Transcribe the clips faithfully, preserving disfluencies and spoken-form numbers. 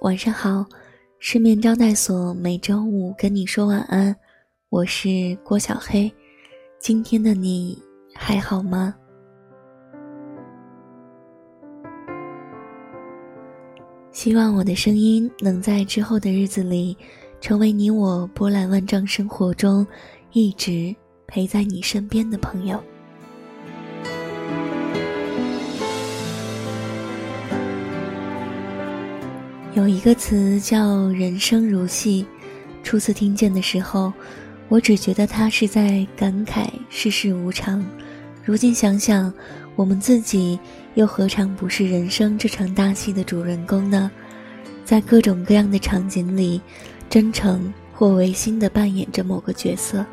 晚上好，失眠招待所每周五跟你说晚安，我是郭小黑。今天的你还好吗？希望我的声音能在之后的日子里，成为你我波澜万丈生活中一直陪在你身边的朋友。有一个词叫人生如戏，初次听见的时候，我只觉得它是在感慨世事无常。如今想想，我们自己又何尝不是人生这场大戏的主人公呢？在各种各样的场景里，真诚或违心地扮演着某个角色。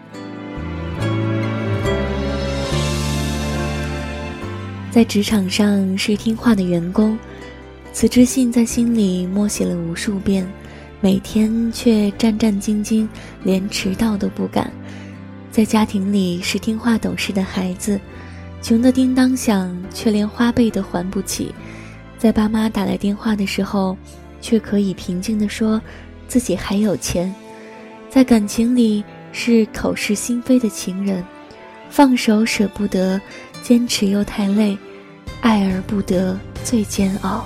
在职场上是听话的员工，辞职信在心里默写了无数遍，每天却战战兢兢，连迟到都不敢。在家庭里是听话懂事的孩子，穷得叮当响，却连花呗都还不起。在爸妈打来电话的时候，却可以平静地说自己还有钱。在感情里是口是心非的情人，放手舍不得，坚持又太累，爱而不得最煎熬。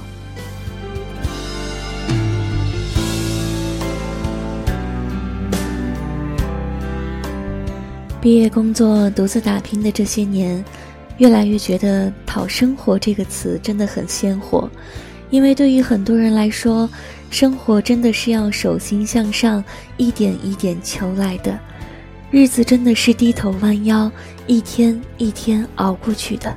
毕业工作独自打拼的这些年，越来越觉得讨生活这个词真的很鲜活。因为对于很多人来说，生活真的是要手心向上，一点一点求来的，日子真的是低头弯腰，一天一天熬过去的。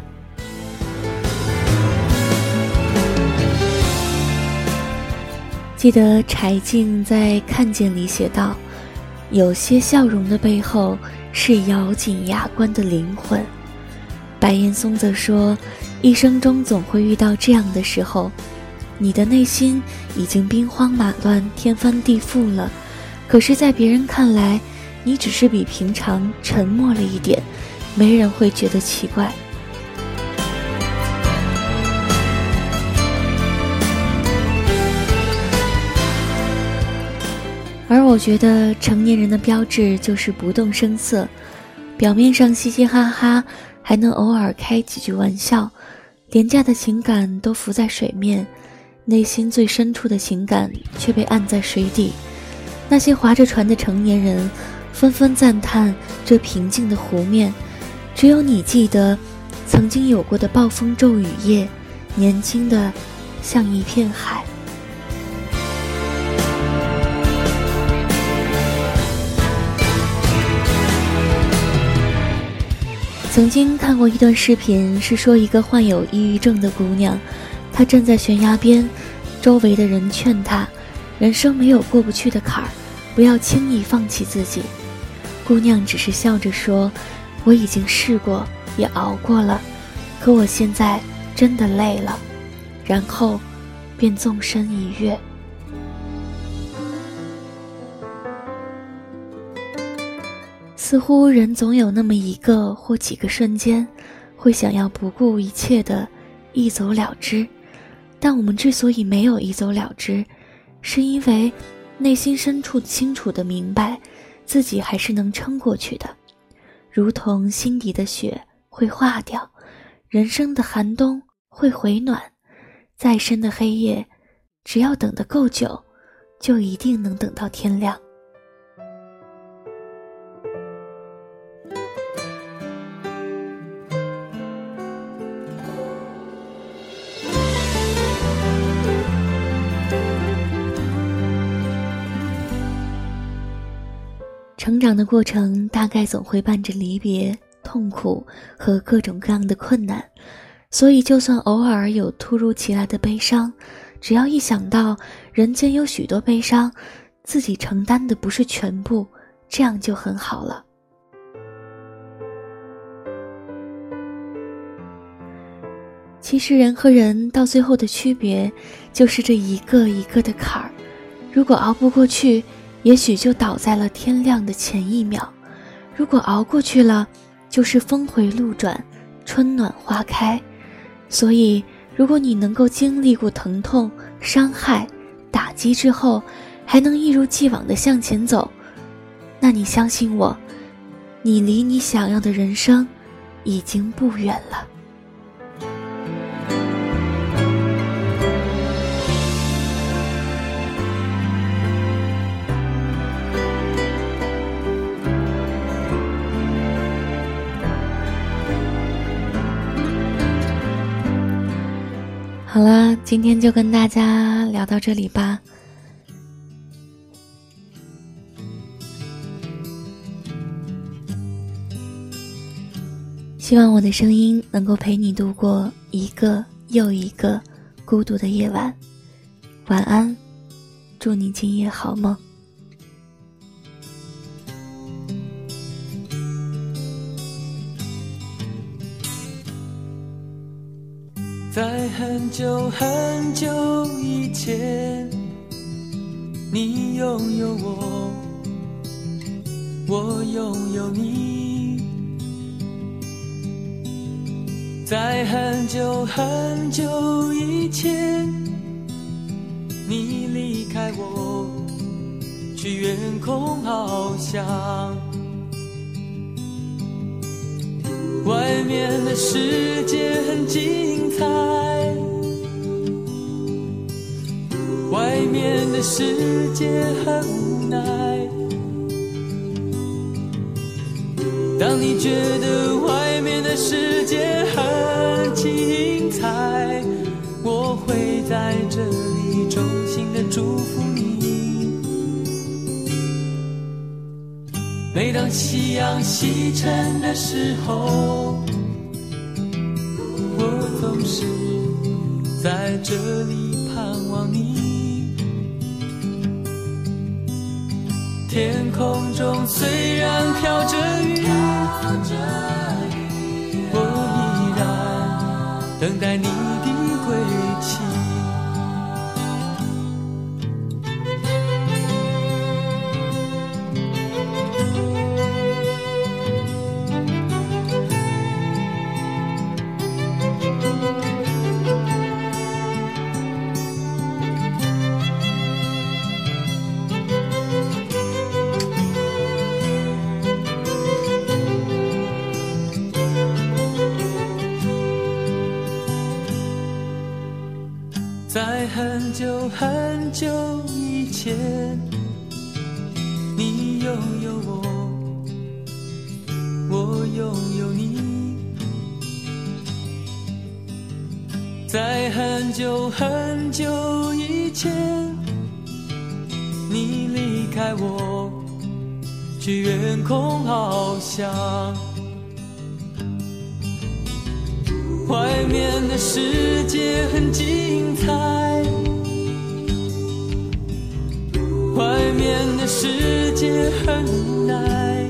记得柴静在《看见》里写道，有些笑容的背后是咬紧牙关的灵魂。白岩松则说，一生中总会遇到这样的时候，你的内心已经兵荒马乱，天翻地覆了，可是在别人看来，你只是比平常沉默了一点，没人会觉得奇怪。而我觉得成年人的标志就是不动声色，表面上嘻嘻哈哈，还能偶尔开几句玩笑，廉价的情感都浮在水面，内心最深处的情感却被按在水底。那些划着船的成年人纷纷赞叹这平静的湖面，只有你记得曾经有过的暴风骤雨夜，年轻的像一片海。曾经看过一段视频，是说一个患有抑郁症的姑娘，她站在悬崖边，周围的人劝她，人生没有过不去的坎儿，不要轻易放弃自己。姑娘只是笑着说，我已经试过，也熬过了，可我现在真的累了，然后便纵身一跃。似乎人总有那么一个或几个瞬间，会想要不顾一切的一走了之，但我们之所以没有一走了之，是因为内心深处清楚地明白，自己还是能撑过去的。如同心底的雪会化掉，人生的寒冬会回暖，再深的黑夜，只要等得够久，就一定能等到天亮。成长的过程大概总会伴着离别、痛苦和各种各样的困难，所以就算偶尔有突如其来的悲伤，只要一想到人间有许多悲伤，自己承担的不是全部，这样就很好了。其实人和人到最后的区别，就是这一个一个的坎儿，如果熬不过去，也许就倒在了天亮的前一秒，如果熬过去了，就是峰回路转，春暖花开。所以如果你能够经历过疼痛、伤害、打击之后还能一如既往地向前走，那你相信我，你离你想要的人生已经不远了。好啦，今天就跟大家聊到这里吧。希望我的声音能够陪你度过一个又一个孤独的夜晚。晚安，祝你今夜好梦。 在很久很久以前，你拥有我，我拥有你。在很久很久以前，你离开我，去远空翱翔。外面的世界很精彩，外面的世界很无奈。当你觉得外面的世界很精彩，我会在这里衷心的祝福你。每当夕阳西沉的时候，我总是在这里盼望你。天空中虽然飘着雨，我依然等待你的归期。在很久很久以前，你拥有我，我拥有你。在很久很久以前，你离开我，去远空翱翔。外面的世界很精彩，外面的世界很无奈。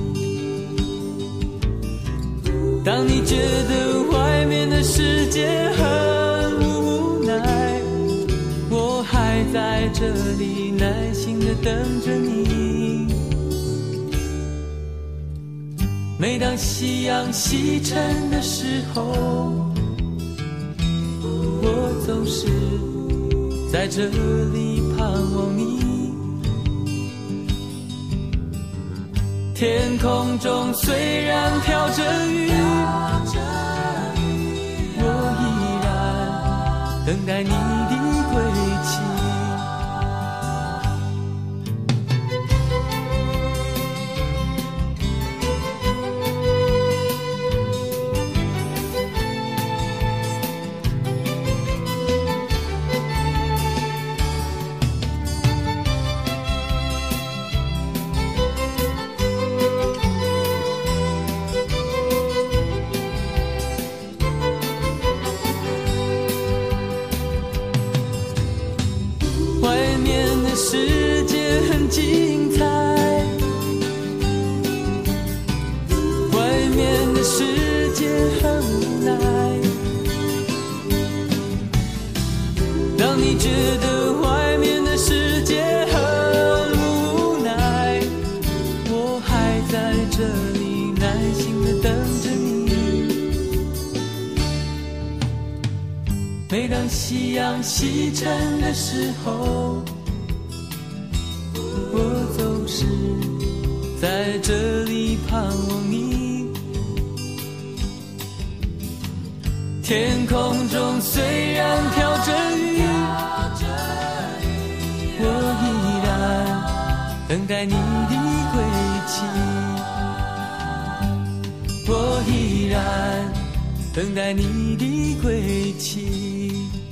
当你觉得外面的世界很无奈，我还在这里耐心地等着你。每当夕阳西沉的时候，我总是在这里盼望你。天空中虽然飘着雨，我依然等待你的归期。世界很精彩，外面的世界很无奈。当你觉得外面的世界很无奈，我还在这里耐心地等着你。 每当夕阳西沉的时候，我总是在这里盼望你。天空中虽然飘着雨，我依然等待你的归期，我依然等待你的归期。